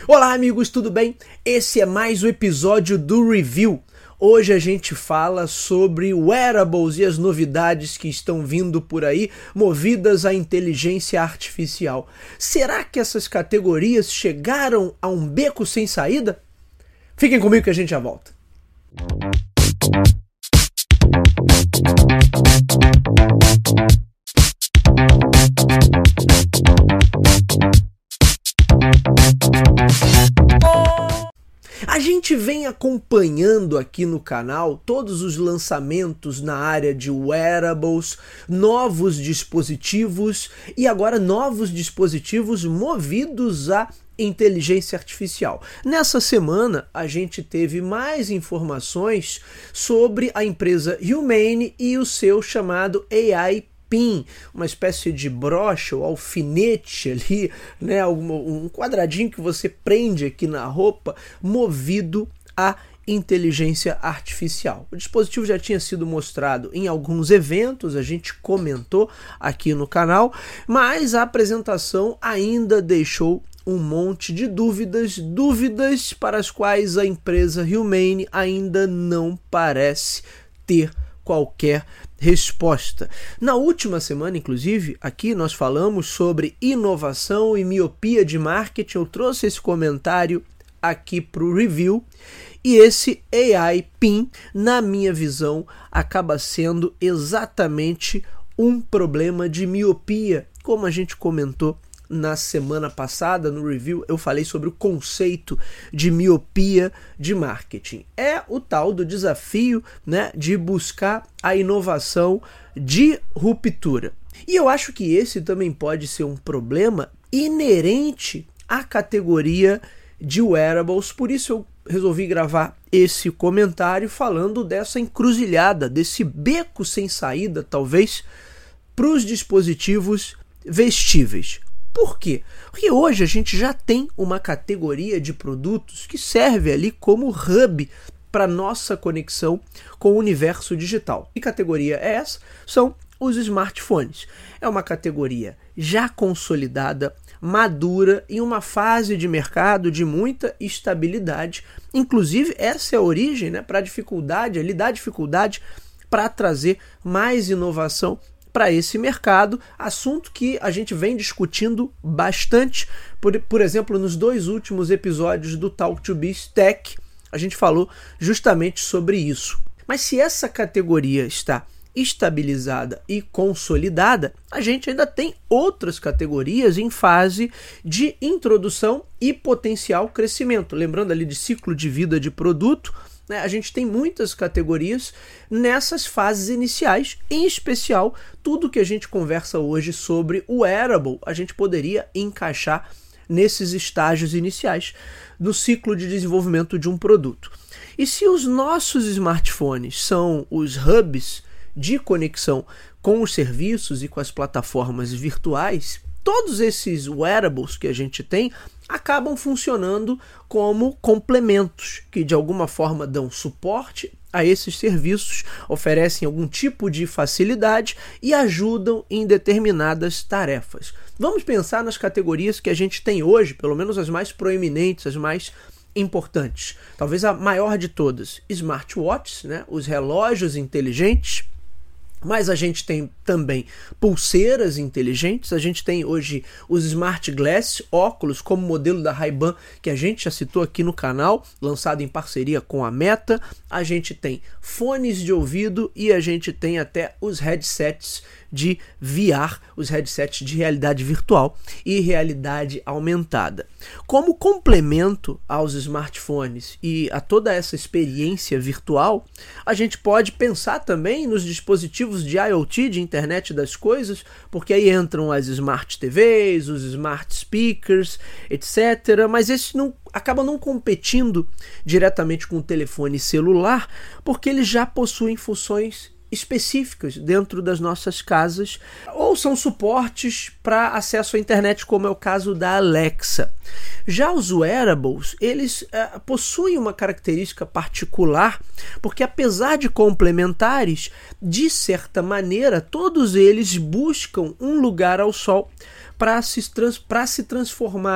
Olá amigos, tudo bem? Esse é mais um episódio do Review. Hoje a gente fala sobre wearables e as novidades que estão vindo por aí, movidas à inteligência artificial. Será que essas categorias chegaram a um beco sem saída? Fiquem comigo que a gente já volta. A gente vem acompanhando aqui no canal todos os lançamentos na área de wearables, novos dispositivos e agora novos dispositivos movidos a inteligência artificial. Nessa semana a gente teve mais informações sobre a empresa Humane e o seu chamado AI Pin, uma espécie de broche ou alfinete ali, né, um quadradinho que você prende aqui na roupa, movido a inteligência artificial. O dispositivo já tinha sido mostrado em alguns eventos, a gente comentou aqui no canal, mas a apresentação ainda deixou um monte de dúvidas para as quais a empresa Humane ainda não parece ter qualquer resposta. Na última semana, inclusive, aqui nós falamos sobre inovação e miopia de marketing. Eu trouxe esse comentário aqui para o review e esse AI Pin, na minha visão, acaba sendo exatamente um problema de miopia, como a gente comentou na semana passada, no review, eu falei sobre o conceito de miopia de marketing. É o tal do desafio, né, de buscar a inovação de ruptura. E eu acho que esse também pode ser um problema inerente à categoria de wearables, por isso eu resolvi gravar esse comentário falando dessa encruzilhada, desse beco sem saída, talvez, para os dispositivos vestíveis. Por quê? Porque hoje a gente já tem uma categoria de produtos que serve ali como hub para nossa conexão com o universo digital. Que categoria é essa? São os smartphones. É uma categoria já consolidada, madura, em uma fase de mercado de muita estabilidade. Inclusive, essa é a origem, né, para a dificuldade, ali da dificuldade para trazer mais inovação para esse mercado, assunto que a gente vem discutindo bastante, por exemplo, nos 2 últimos episódios do Talk to Biz Tech, a gente falou justamente sobre isso. Mas se essa categoria está estabilizada e consolidada, a gente ainda tem outras categorias em fase de introdução e potencial crescimento. Lembrando ali de ciclo de vida de produto, né, a gente tem muitas categorias nessas fases iniciais, em especial tudo que a gente conversa hoje sobre o wearable, a gente poderia encaixar nesses estágios iniciais no ciclo de desenvolvimento de um produto. E se os nossos smartphones são os hubs de conexão com os serviços e com as plataformas virtuais, todos esses wearables que a gente tem acabam funcionando como complementos que de alguma forma dão suporte a esses serviços, oferecem algum tipo de facilidade e ajudam em determinadas tarefas. Vamos pensar nas categorias que a gente tem hoje, pelo menos as mais proeminentes, as mais importantes. Talvez a maior de todas, smartwatches, né? Os relógios inteligentes. Mas a gente tem também pulseiras inteligentes, a gente tem hoje os Smart Glass, óculos, como o modelo da Ray-Ban, que a gente já citou aqui no canal, lançado em parceria com a Meta, a gente tem fones de ouvido e a gente tem até os headsets de VR, os headsets de realidade virtual e realidade aumentada. Como complemento aos smartphones e a toda essa experiência virtual, a gente pode pensar também nos dispositivos de IoT, de internet das coisas, porque aí entram as Smart TVs, os Smart Speakers, etc. Mas esses acabam não competindo diretamente com o telefone celular, porque eles já possuem funções específicas dentro das nossas casas ou são suportes para acesso à internet, como é o caso da Alexa. Já os wearables, eles possuem uma característica particular, porque apesar de complementares, de certa maneira, todos eles buscam um lugar ao sol para se transformarem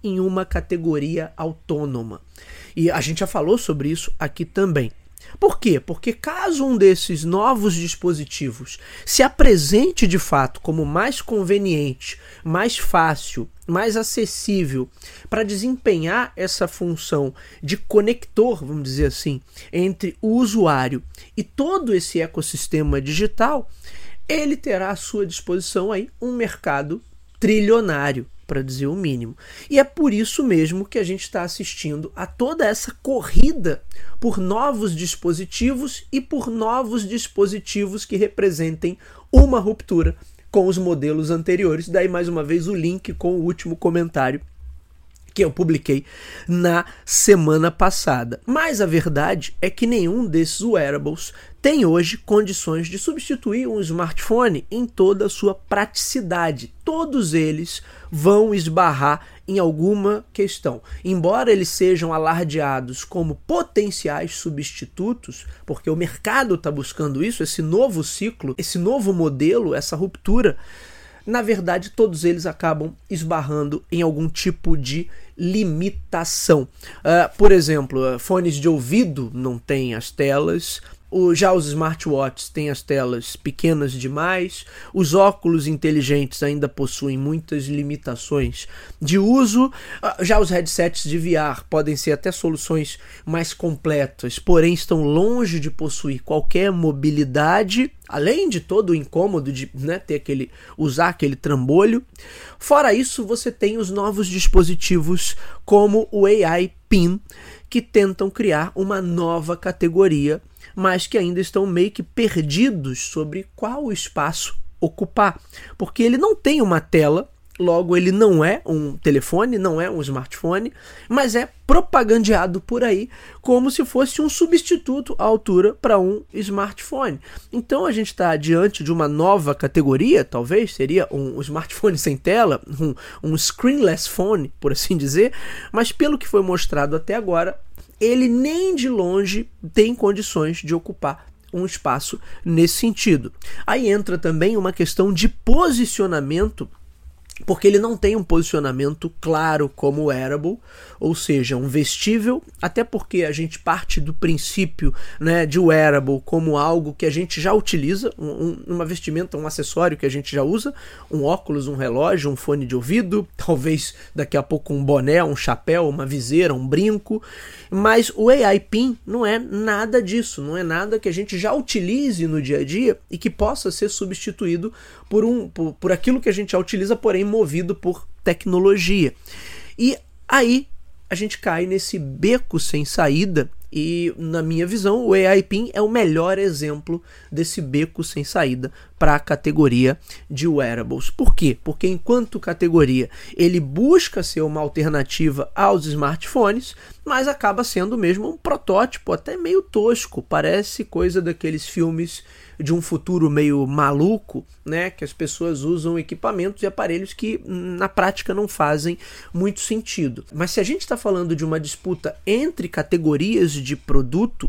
em uma categoria autônoma. E a gente já falou sobre isso aqui também. Por quê? Porque caso um desses novos dispositivos se apresente de fato como mais conveniente, mais fácil, mais acessível para desempenhar essa função de conector, vamos dizer assim, entre o usuário e todo esse ecossistema digital, ele terá à sua disposição aí um mercado trilionário, para dizer o mínimo. E é por isso mesmo que a gente está assistindo a toda essa corrida por novos dispositivos e por novos dispositivos que representem uma ruptura com os modelos anteriores. Daí, mais uma vez, o link com o último comentário que eu publiquei na semana passada. Mas a verdade é que nenhum desses wearables tem hoje condições de substituir um smartphone em toda a sua praticidade. Todos eles vão esbarrar em alguma questão. Embora eles sejam alardeados como potenciais substitutos, porque o mercado está buscando isso, esse novo ciclo, esse novo modelo, essa ruptura, na verdade, todos eles acabam esbarrando em algum tipo de limitação. Por exemplo, fones de ouvido não têm as telas. Já os smartwatches têm as telas pequenas demais, os óculos inteligentes ainda possuem muitas limitações de uso, já os headsets de VR podem ser até soluções mais completas, porém estão longe de possuir qualquer mobilidade, além de todo o incômodo de usar aquele trambolho. Fora isso, você tem os novos dispositivos como o AI PIN, que tentam criar uma nova categoria, mas que ainda estão meio que perdidos sobre qual espaço ocupar, porque ele não tem uma tela, logo ele não é um telefone, não é um smartphone, mas é propagandeado por aí como se fosse um substituto à altura para um smartphone. Então a gente está diante de uma nova categoria, talvez seria um smartphone sem tela, um screenless phone, por assim dizer, mas pelo que foi mostrado até agora, ele nem de longe tem condições de ocupar um espaço nesse sentido. Aí entra também uma questão de posicionamento, porque ele não tem um posicionamento claro como wearable, ou seja, um vestível, até porque a gente parte do princípio, de wearable como algo que a gente já utiliza, uma vestimenta, um acessório que a gente já usa, um óculos, um relógio, um fone de ouvido, talvez daqui a pouco um boné, um chapéu, uma viseira, um brinco, mas o AI PIN não é nada disso, não é nada que a gente já utilize no dia a dia e que possa ser substituído por aquilo que a gente já utiliza, porém movido por tecnologia. E aí a gente cai nesse beco sem saída e, na minha visão, o AI PIN é o melhor exemplo desse beco sem saída para a categoria de wearables. Por quê? Porque enquanto categoria ele busca ser uma alternativa aos smartphones, mas acaba sendo mesmo um protótipo até meio tosco, parece coisa daqueles filmes de um futuro meio maluco, que as pessoas usam equipamentos e aparelhos que na prática não fazem muito sentido. Mas se a gente está falando de uma disputa entre categorias de produto,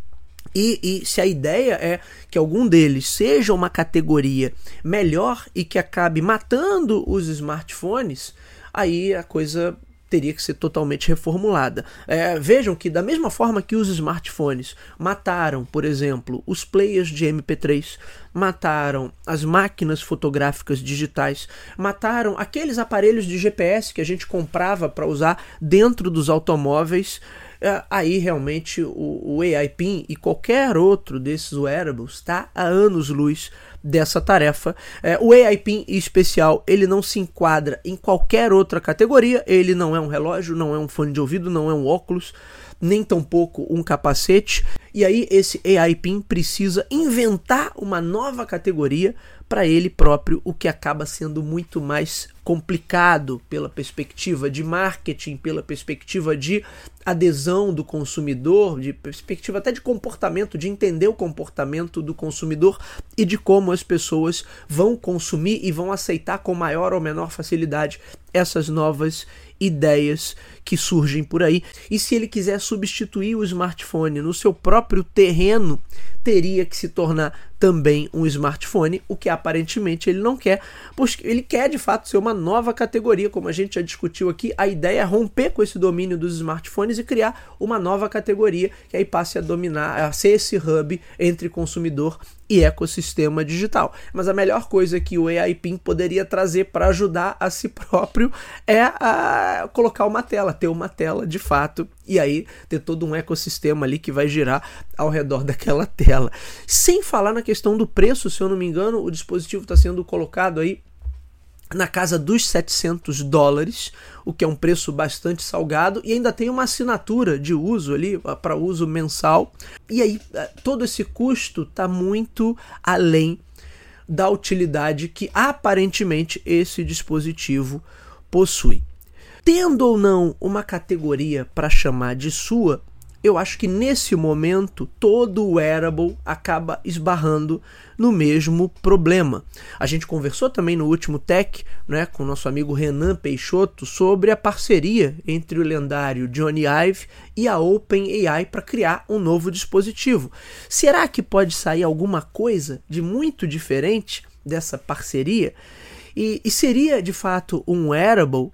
e se a ideia é que algum deles seja uma categoria melhor e que acabe matando os smartphones, aí a coisa teria que ser totalmente reformulada. Vejam que da mesma forma que os smartphones mataram, por exemplo, os players de MP3, mataram as máquinas fotográficas digitais, mataram aqueles aparelhos de GPS que a gente comprava para usar dentro dos automóveis, aí realmente o AI PIN e qualquer outro desses wearables está a anos-luz dessa tarefa. O AI PIN em especial, ele não se enquadra em qualquer outra categoria, ele não é um relógio, não é um fone de ouvido, não é um óculos, nem tampouco um capacete, e aí esse AI PIN precisa inventar uma nova categoria para ele próprio, o que acaba sendo muito mais complicado pela perspectiva de marketing, pela perspectiva de adesão do consumidor, de perspectiva até de comportamento, de entender o comportamento do consumidor e de como as pessoas vão consumir e vão aceitar com maior ou menor facilidade essas novas ideias que surgem por aí. E se ele quiser substituir o smartphone no seu próprio terreno, teria que se tornar também um smartphone, o que aparentemente ele não quer, pois ele quer de fato ser uma nova categoria, como a gente já discutiu aqui. A ideia é romper com esse domínio dos smartphones e criar uma nova categoria que aí passe a dominar, a ser esse hub entre consumidor e ecossistema digital. Mas a melhor coisa que o AI PIN poderia trazer para ajudar a si próprio é colocar uma tela, ter uma tela de fato, e aí ter todo um ecossistema ali que vai girar ao redor daquela tela. Sem falar na questão do preço, se eu não me engano, o dispositivo está sendo colocado aí na casa dos $700, o que é um preço bastante salgado, e ainda tem uma assinatura de uso ali, para uso mensal, e aí todo esse custo está muito além da utilidade que aparentemente esse dispositivo possui. Tendo ou não uma categoria para chamar de sua, eu acho que nesse momento todo o wearable acaba esbarrando no mesmo problema. A gente conversou também no último Tech, né, com o nosso amigo Renan Peixoto sobre a parceria entre o lendário Jony Ive e a OpenAI para criar um novo dispositivo. Será que pode sair alguma coisa de muito diferente dessa parceria? E seria de fato um wearable?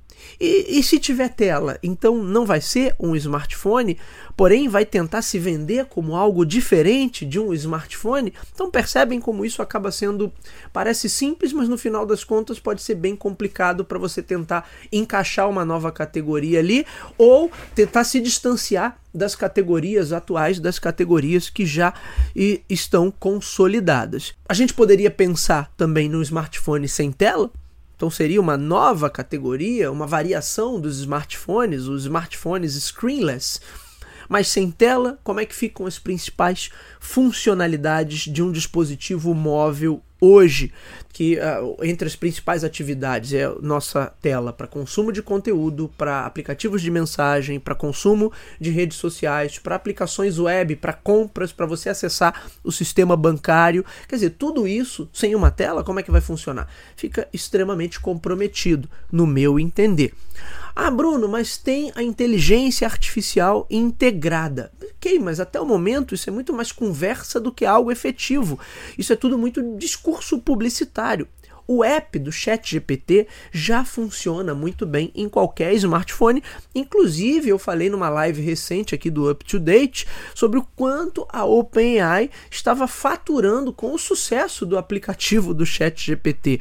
E se tiver tela, então não vai ser um smartphone, porém vai tentar se vender como algo diferente de um smartphone? Então percebem como isso acaba sendo, parece simples, mas no final das contas pode ser bem complicado para você tentar encaixar uma nova categoria ali, ou tentar se distanciar das categorias atuais, das categorias que já estão consolidadas. A gente poderia pensar também no smartphone sem tela? Então seria uma nova categoria, uma variação dos smartphones, os smartphones screenless. Mas sem tela, como é que ficam as principais funcionalidades de um dispositivo móvel hoje? Que entre as principais atividades é nossa tela para consumo de conteúdo, para aplicativos de mensagem, para consumo de redes sociais, para aplicações web, para compras, para você acessar o sistema bancário. Quer dizer, tudo isso sem uma tela, como é que vai funcionar? Fica extremamente comprometido, no meu entender. Ah, Bruno, mas tem a inteligência artificial integrada. Ok, mas até o momento isso é muito mais conversa do que algo efetivo. Isso é tudo muito discurso publicitário. O app do ChatGPT já funciona muito bem em qualquer smartphone. Inclusive, eu falei numa live recente aqui do Up to Date sobre o quanto a OpenAI estava faturando com o sucesso do aplicativo do ChatGPT.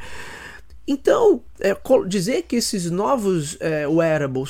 Então, dizer que esses novos wearables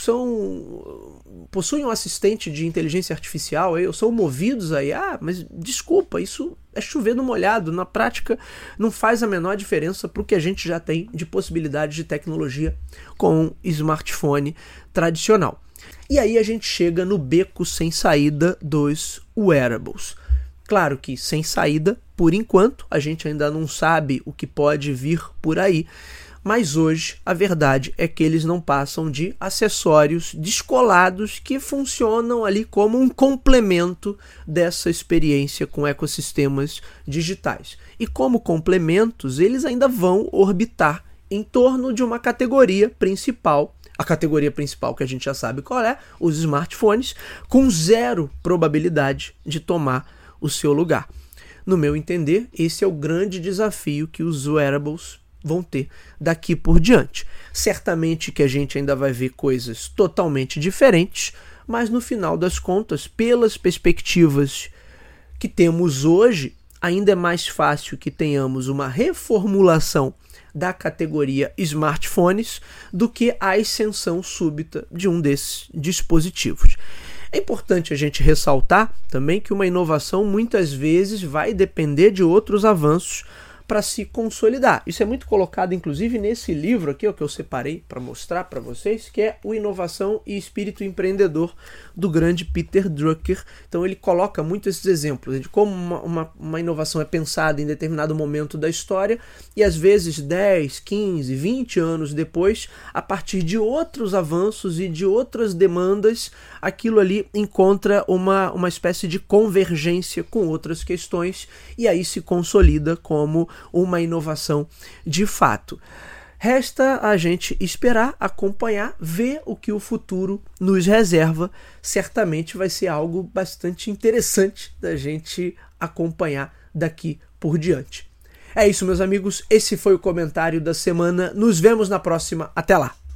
possuem um assistente de inteligência artificial, são movidos aí, mas desculpa, isso é chover no molhado. Na prática, não faz a menor diferença para o que a gente já tem de possibilidade de tecnologia com um smartphone tradicional. E aí a gente chega no beco sem saída dos wearables. Claro que sem saída, por enquanto, a gente ainda não sabe o que pode vir por aí. Mas hoje a verdade é que eles não passam de acessórios descolados que funcionam ali como um complemento dessa experiência com ecossistemas digitais. E como complementos, eles ainda vão orbitar em torno de uma categoria principal. A categoria principal que a gente já sabe qual é, os smartphones, com zero probabilidade de tomar o seu lugar. No meu entender, esse é o grande desafio que os wearables vão ter daqui por diante. Certamente que a gente ainda vai ver coisas totalmente diferentes, mas no final das contas, pelas perspectivas que temos hoje, ainda é mais fácil que tenhamos uma reformulação da categoria smartphones do que a ascensão súbita de um desses dispositivos. É importante a gente ressaltar também que uma inovação muitas vezes vai depender de outros avanços para se consolidar. Isso é muito colocado, inclusive, nesse livro aqui, que eu separei para mostrar para vocês, que é o Inovação e Espírito Empreendedor, do grande Peter Drucker. Então ele coloca muito esses exemplos de como uma inovação é pensada em determinado momento da história e às vezes 10, 15, 20 anos depois, a partir de outros avanços e de outras demandas, aquilo ali encontra uma espécie de convergência com outras questões e aí se consolida como uma inovação de fato. resta a gente esperar, acompanhar, ver o que o futuro nos reserva. Certamente vai ser algo bastante interessante da gente acompanhar daqui por diante. É isso, meus amigos. Esse foi o comentário da semana. Nos vemos na próxima. Até lá!